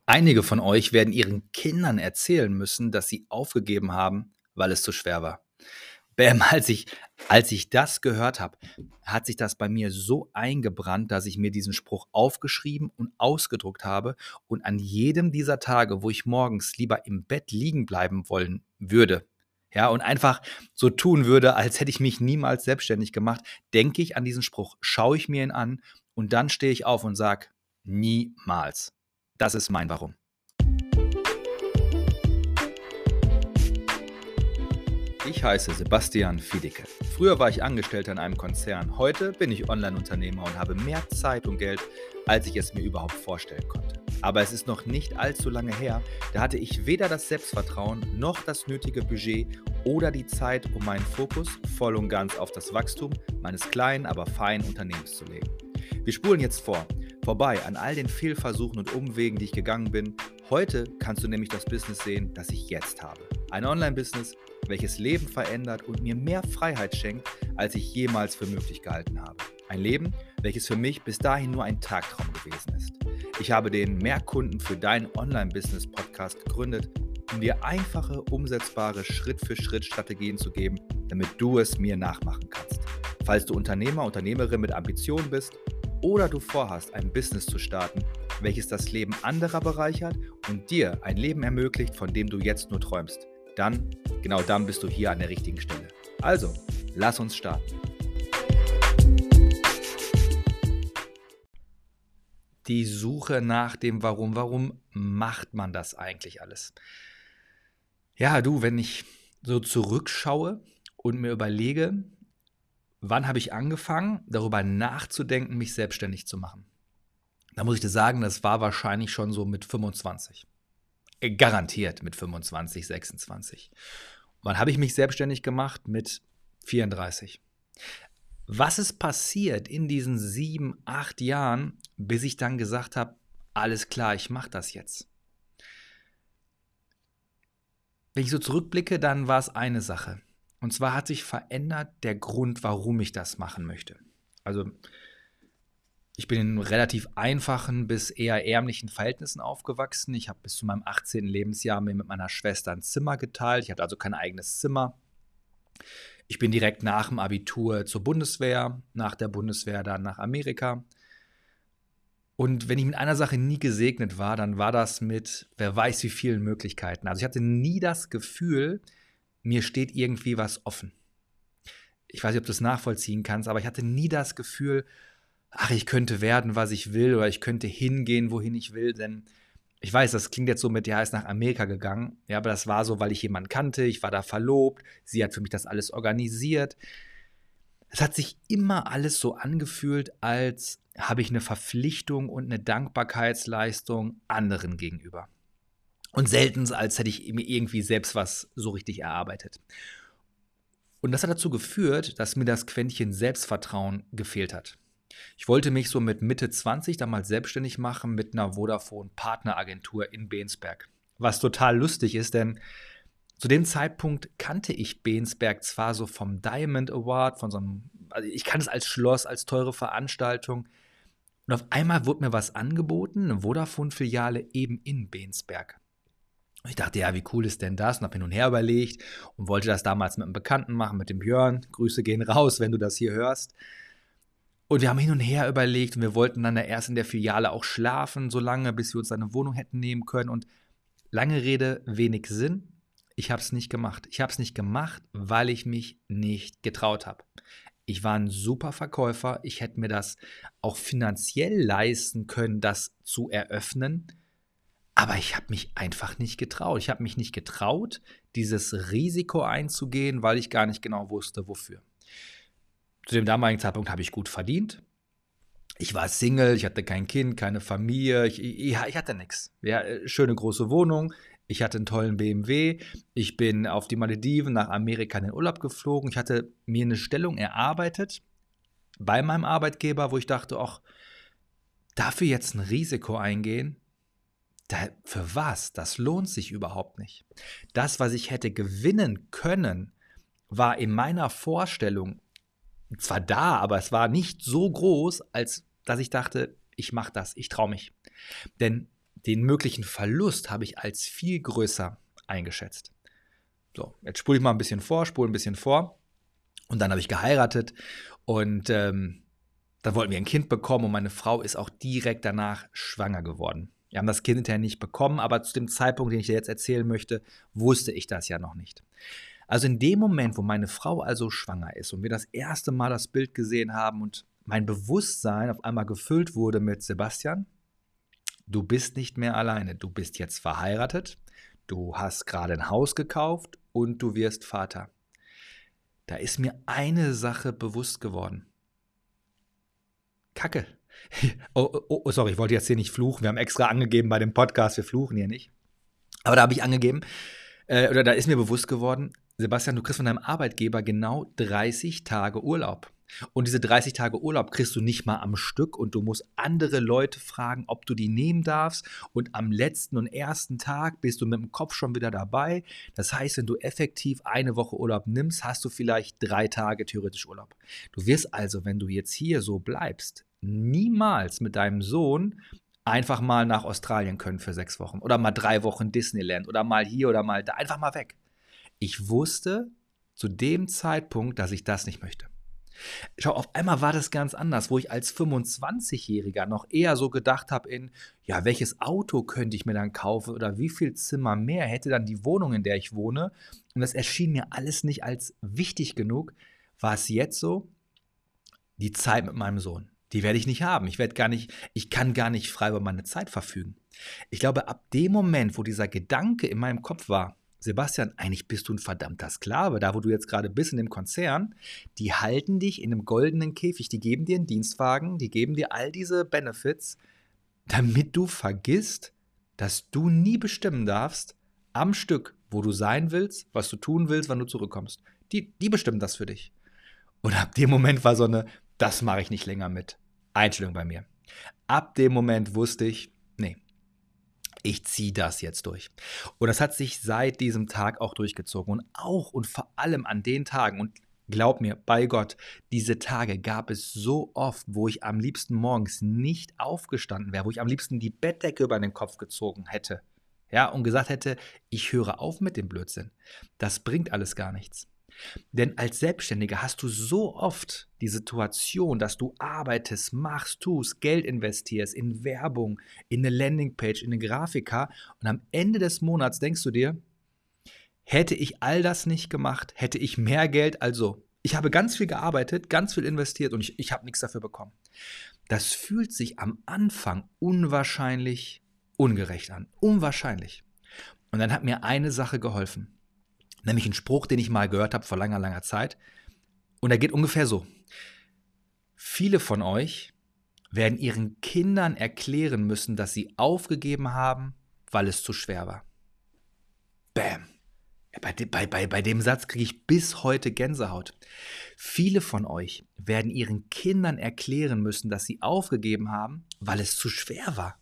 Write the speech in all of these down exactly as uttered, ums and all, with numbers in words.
Einige von euch werden ihren Kindern erzählen müssen, dass sie aufgegeben haben, weil es zu schwer war. Bäm, als ich, als ich das gehört habe, hat sich das bei mir so eingebrannt, dass ich mir diesen Spruch aufgeschrieben und ausgedruckt habe und an jedem dieser Tage, wo ich morgens lieber im Bett liegen bleiben wollen würde, ja, und einfach so tun würde, als hätte ich mich niemals selbstständig gemacht, denke ich an diesen Spruch, schaue ich mir ihn an und dann stehe ich auf und sage, niemals. Das ist mein Warum. Ich heiße Sebastian Fiedicke. Früher war ich Angestellter in einem Konzern. Heute bin ich Online-Unternehmer und habe mehr Zeit und Geld, als ich es mir überhaupt vorstellen konnte. Aber es ist noch nicht allzu lange her, da hatte ich weder das Selbstvertrauen noch das nötige Budget oder die Zeit, um meinen Fokus voll und ganz auf das Wachstum meines kleinen, aber feinen Unternehmens zu legen. Wir spulen jetzt vor, vorbei an all den Fehlversuchen und Umwegen, die ich gegangen bin. Heute kannst du nämlich das Business sehen, das ich jetzt habe. Ein Online-Business, welches Leben verändert und mir mehr Freiheit schenkt, als ich jemals für möglich gehalten habe. Ein Leben, welches für mich bis dahin nur ein Tagtraum gewesen ist. Ich habe den Mehrkunden für dein Online-Business-Podcast gegründet, um dir einfache, umsetzbare Schritt-für-Schritt-Strategien zu geben, damit du es mir nachmachen kannst. Falls du Unternehmer, Unternehmerin mit Ambitionen bist oder du vorhast, ein Business zu starten, welches das Leben anderer bereichert und dir ein Leben ermöglicht, von dem du jetzt nur träumst, dann, genau dann bist du hier an der richtigen Stelle. Also, lass uns starten. Die Suche nach dem Warum. Warum macht man das eigentlich alles? Ja, du, wenn ich so zurückschaue und mir überlege, wann habe ich angefangen, darüber nachzudenken, mich selbstständig zu machen? Da muss ich dir sagen, das war wahrscheinlich schon so mit fünfundzwanzig. Garantiert mit fünfundzwanzig, sechsundzwanzig. Wann habe ich mich selbstständig gemacht? Mit vierunddreißig. Was ist passiert in diesen sieben, acht Jahren, bis ich dann gesagt habe, alles klar, ich mache das jetzt? Wenn ich so zurückblicke, dann war es eine Sache. Und zwar hat sich verändert der Grund, warum ich das machen möchte. Also ich bin in relativ einfachen bis eher ärmlichen Verhältnissen aufgewachsen. Ich habe bis zu meinem achtzehnten Lebensjahr mir mit meiner Schwester ein Zimmer geteilt. Ich hatte also kein eigenes Zimmer. Ich bin direkt nach dem Abitur zur Bundeswehr, nach der Bundeswehr dann nach Amerika. Und wenn ich mit einer Sache nie gesegnet war, dann war das mit wer weiß wie vielen Möglichkeiten. Also ich hatte nie das Gefühl, mir steht irgendwie was offen. Ich weiß nicht, ob du es nachvollziehen kannst, aber ich hatte nie das Gefühl, ach, ich könnte werden, was ich will, oder ich könnte hingehen, wohin ich will, denn ich weiß, das klingt jetzt so mit, ja, ist nach Amerika gegangen, ja, aber das war so, weil ich jemanden kannte, ich war da verlobt, sie hat für mich das alles organisiert. Es hat sich immer alles so angefühlt, als habe ich eine Verpflichtung und eine Dankbarkeitsleistung anderen gegenüber. Und selten, als hätte ich mir irgendwie selbst was so richtig erarbeitet. Und das hat dazu geführt, dass mir das Quäntchen Selbstvertrauen gefehlt hat. Ich wollte mich so mit Mitte zwanzig damals selbstständig machen mit einer Vodafone-Partneragentur in Bensberg. Was total lustig ist, denn zu dem Zeitpunkt kannte ich Bensberg zwar so vom Diamond Award, von so einem, also ich kannte es als Schloss, als teure Veranstaltung. Und auf einmal wurde mir was angeboten, eine Vodafone-Filiale eben in Bensberg. Und ich dachte, ja, wie cool ist denn das? Und habe hin und her überlegt und wollte das damals mit einem Bekannten machen, mit dem Björn. Grüße gehen raus, wenn du das hier hörst. Und wir haben hin und her überlegt und wir wollten dann erst in der Filiale auch schlafen, so lange, bis wir uns eine Wohnung hätten nehmen können. Und lange Rede, wenig Sinn. Ich habe es nicht gemacht. Ich habe es nicht gemacht, weil ich mich nicht getraut habe. Ich war ein super Verkäufer. Ich hätte mir das auch finanziell leisten können, das zu eröffnen. Aber ich habe mich einfach nicht getraut. Ich habe mich nicht getraut, dieses Risiko einzugehen, weil ich gar nicht genau wusste, wofür. Zu dem damaligen Zeitpunkt habe ich gut verdient. Ich war Single, ich hatte kein Kind, keine Familie, ich, ich, ich hatte nichts. Ja, schöne große Wohnung, ich hatte einen tollen B M W, ich bin auf die Malediven nach Amerika in den Urlaub geflogen. Ich hatte mir eine Stellung erarbeitet bei meinem Arbeitgeber, wo ich dachte, ach, dafür jetzt ein Risiko eingehen? Da, für was? Das lohnt sich überhaupt nicht. Das, was ich hätte gewinnen können, war in meiner Vorstellung zwar da, aber es war nicht so groß, als dass ich dachte, ich mache das, ich traue mich. Denn den möglichen Verlust habe ich als viel größer eingeschätzt. So, jetzt spule ich mal ein bisschen vor, spule ein bisschen vor. Und dann habe ich geheiratet und ähm, dann wollten wir ein Kind bekommen und meine Frau ist auch direkt danach schwanger geworden. Wir haben das Kind hinterher nicht bekommen, aber zu dem Zeitpunkt, den ich dir jetzt erzählen möchte, wusste ich das ja noch nicht. Also in dem Moment, wo meine Frau also schwanger ist und wir das erste Mal das Bild gesehen haben und mein Bewusstsein auf einmal gefüllt wurde mit: Sebastian, du bist nicht mehr alleine, du bist jetzt verheiratet, du hast gerade ein Haus gekauft und du wirst Vater. Da ist mir eine Sache bewusst geworden. Kacke. Oh, oh, oh, sorry, ich wollte jetzt hier nicht fluchen. Wir haben extra angegeben bei dem Podcast, wir fluchen hier nicht. Aber da habe ich angegeben, äh, oder da ist mir bewusst geworden, Sebastian, du kriegst von deinem Arbeitgeber genau dreißig Tage Urlaub. Und diese dreißig Tage Urlaub kriegst du nicht mal am Stück und du musst andere Leute fragen, ob du die nehmen darfst. Und am letzten und ersten Tag bist du mit dem Kopf schon wieder dabei. Das heißt, wenn du effektiv eine Woche Urlaub nimmst, hast du vielleicht drei Tage theoretisch Urlaub. Du wirst also, wenn du jetzt hier so bleibst, niemals mit deinem Sohn einfach mal nach Australien können für sechs Wochen oder mal drei Wochen Disneyland oder mal hier oder mal da, einfach mal weg. Ich wusste zu dem Zeitpunkt, dass ich das nicht möchte. Schau, auf einmal war das ganz anders, wo ich als fünfundzwanzigjähriger noch eher so gedacht habe in, ja, welches Auto könnte ich mir dann kaufen oder wie viel Zimmer mehr hätte dann die Wohnung, in der ich wohne. Und das erschien mir alles nicht als wichtig genug. War es jetzt so? Die Zeit mit meinem Sohn, die werde ich nicht haben. Ich werde gar nicht, ich kann gar nicht frei über meine Zeit verfügen. Ich glaube, ab dem Moment, wo dieser Gedanke in meinem Kopf war, Sebastian, eigentlich bist du ein verdammter Sklave, da wo du jetzt gerade bist in dem Konzern, die halten dich in einem goldenen Käfig, die geben dir einen Dienstwagen, die geben dir all diese Benefits, damit du vergisst, dass du nie bestimmen darfst, am Stück, wo du sein willst, was du tun willst, wann du zurückkommst. Die, die bestimmen das für dich. Und ab dem Moment war so eine, das mache ich nicht länger mit, Einstellung bei mir. Ab dem Moment wusste ich, nee, ich ziehe das jetzt durch. Und das hat sich seit diesem Tag auch durchgezogen. Und auch und vor allem an den Tagen, und glaub mir, bei Gott, diese Tage gab es so oft, wo ich am liebsten morgens nicht aufgestanden wäre, wo ich am liebsten die Bettdecke über den Kopf gezogen hätte, ja, und gesagt hätte, ich höre auf mit dem Blödsinn. Das bringt alles gar nichts. Denn als Selbstständiger hast du so oft die Situation, dass du arbeitest, machst, tust, Geld investierst in Werbung, in eine Landingpage, in eine Grafika und am Ende des Monats denkst du dir, hätte ich all das nicht gemacht, hätte ich mehr Geld, also ich habe ganz viel gearbeitet, ganz viel investiert und ich, ich habe nichts dafür bekommen. Das fühlt sich am Anfang unwahrscheinlich ungerecht an, unwahrscheinlich. Und dann hat mir eine Sache geholfen. Nämlich ein Spruch, den ich mal gehört habe vor langer, langer Zeit. Und er geht ungefähr so. Viele von euch werden ihren Kindern erklären müssen, dass sie aufgegeben haben, weil es zu schwer war. Bam. Bei, bei, bei, bei dem Satz kriege ich bis heute Gänsehaut. Viele von euch werden ihren Kindern erklären müssen, dass sie aufgegeben haben, weil es zu schwer war.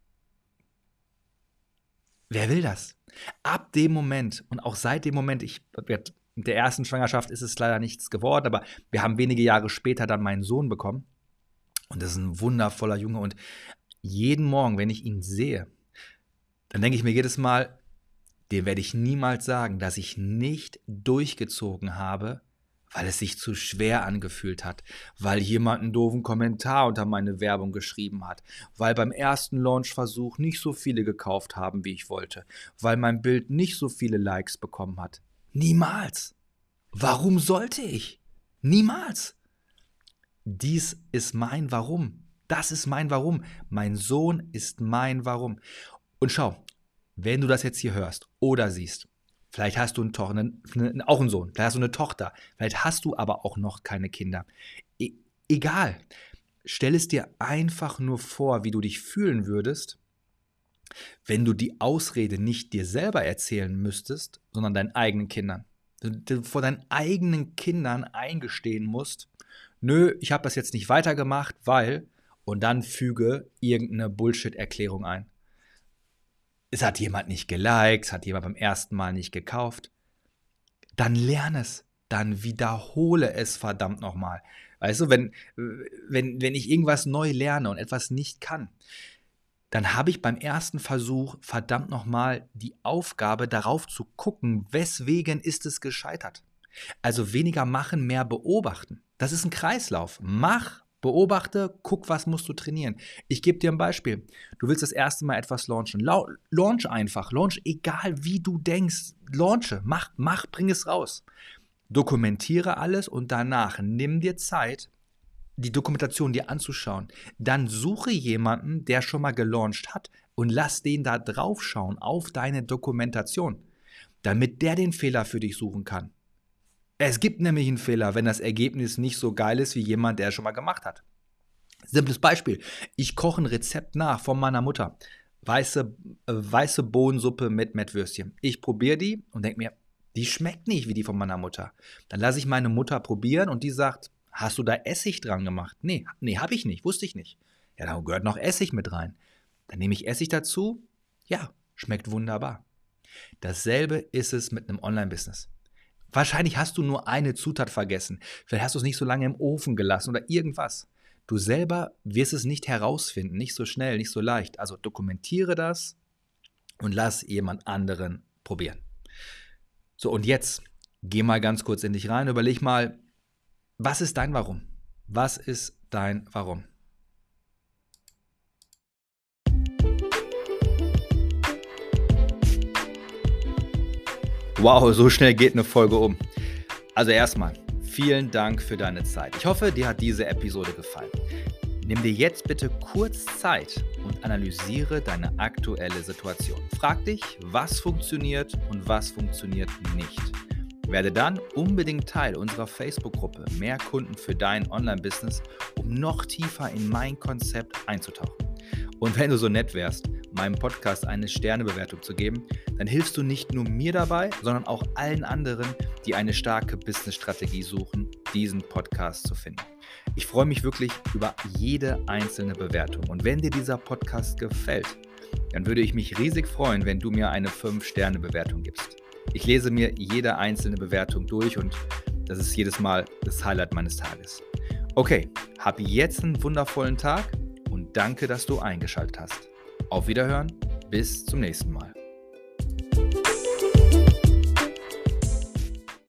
Wer will das? Ab dem Moment und auch seit dem Moment, ich, mit der ersten Schwangerschaft ist es leider nichts geworden, aber wir haben wenige Jahre später dann meinen Sohn bekommen und das ist ein wundervoller Junge und jeden Morgen, wenn ich ihn sehe, dann denke ich mir jedes Mal, dem werde ich niemals sagen, dass ich nicht durchgezogen habe, weil es sich zu schwer angefühlt hat, weil jemand einen doofen Kommentar unter meine Werbung geschrieben hat, weil beim ersten Launchversuch nicht so viele gekauft haben, wie ich wollte, weil mein Bild nicht so viele Likes bekommen hat. Niemals! Warum sollte ich? Niemals! Dies ist mein Warum. Das ist mein Warum. Mein Sohn ist mein Warum. Und schau, wenn du das jetzt hier hörst oder siehst, vielleicht hast du einen to- einen, einen, auch einen Sohn, vielleicht hast du eine Tochter, vielleicht hast du aber auch noch keine Kinder. E- egal, stell es dir einfach nur vor, wie du dich fühlen würdest, wenn du die Ausrede nicht dir selber erzählen müsstest, sondern deinen eigenen Kindern. Wenn du vor deinen eigenen Kindern eingestehen musst, nö, ich habe das jetzt nicht weitergemacht, weil, und dann füge irgendeine Bullshit-Erklärung ein. Es hat jemand nicht geliked, es hat jemand beim ersten Mal nicht gekauft. Dann lerne es, dann wiederhole es verdammt nochmal. Weißt du, wenn, wenn, wenn ich irgendwas neu lerne und etwas nicht kann, dann habe ich beim ersten Versuch verdammt nochmal die Aufgabe, darauf zu gucken, weswegen ist es gescheitert. Also weniger machen, mehr beobachten. Das ist ein Kreislauf. Mach, beobachte, guck, was musst du trainieren. Ich gebe dir ein Beispiel. Du willst das erste Mal etwas launchen. Lau- Launch einfach. Launch, egal wie du denkst. Launche. Mach, mach, bring es raus. Dokumentiere alles und danach nimm dir Zeit, die Dokumentation dir anzuschauen. Dann suche jemanden, der schon mal gelauncht hat und lass den da drauf schauen auf deine Dokumentation, damit der den Fehler für dich suchen kann. Es gibt nämlich einen Fehler, wenn das Ergebnis nicht so geil ist wie jemand, der es schon mal gemacht hat. Simples Beispiel. Ich koche ein Rezept nach von meiner Mutter. Weiße, äh, weiße Bohnensuppe mit Mettwürstchen. Ich probiere die und denke mir, die schmeckt nicht wie die von meiner Mutter. Dann lasse ich meine Mutter probieren und die sagt, hast du da Essig dran gemacht? Nee, nee, habe ich nicht, wusste ich nicht. Ja, da gehört noch Essig mit rein. Dann nehme ich Essig dazu. Ja, schmeckt wunderbar. Dasselbe ist es mit einem Online-Business. Wahrscheinlich hast du nur eine Zutat vergessen. Vielleicht hast du es nicht so lange im Ofen gelassen oder irgendwas. Du selber wirst es nicht herausfinden, nicht so schnell, nicht so leicht. Also dokumentiere das und lass jemand anderen probieren. So, und jetzt geh mal ganz kurz in dich rein, überleg mal, was ist dein Warum? Was ist dein Warum? Wow, so schnell geht eine Folge um. Also erstmal, vielen Dank für deine Zeit. Ich hoffe, dir hat diese Episode gefallen. Nimm dir jetzt bitte kurz Zeit und analysiere deine aktuelle Situation. Frag dich, was funktioniert und was funktioniert nicht. Werde dann unbedingt Teil unserer Facebook-Gruppe Mehr Kunden für dein Online-Business, um noch tiefer in mein Konzept einzutauchen. Und wenn du so nett wärst, meinem Podcast eine Sternebewertung zu geben, dann hilfst du nicht nur mir dabei, sondern auch allen anderen, die eine starke Business-Strategie suchen, diesen Podcast zu finden. Ich freue mich wirklich über jede einzelne Bewertung. Und wenn dir dieser Podcast gefällt, dann würde ich mich riesig freuen, wenn du mir eine fünf Sterne Bewertung gibst. Ich lese mir jede einzelne Bewertung durch und das ist jedes Mal das Highlight meines Tages. Okay, hab jetzt einen wundervollen Tag und danke, dass du eingeschaltet hast. Auf Wiederhören, bis zum nächsten Mal.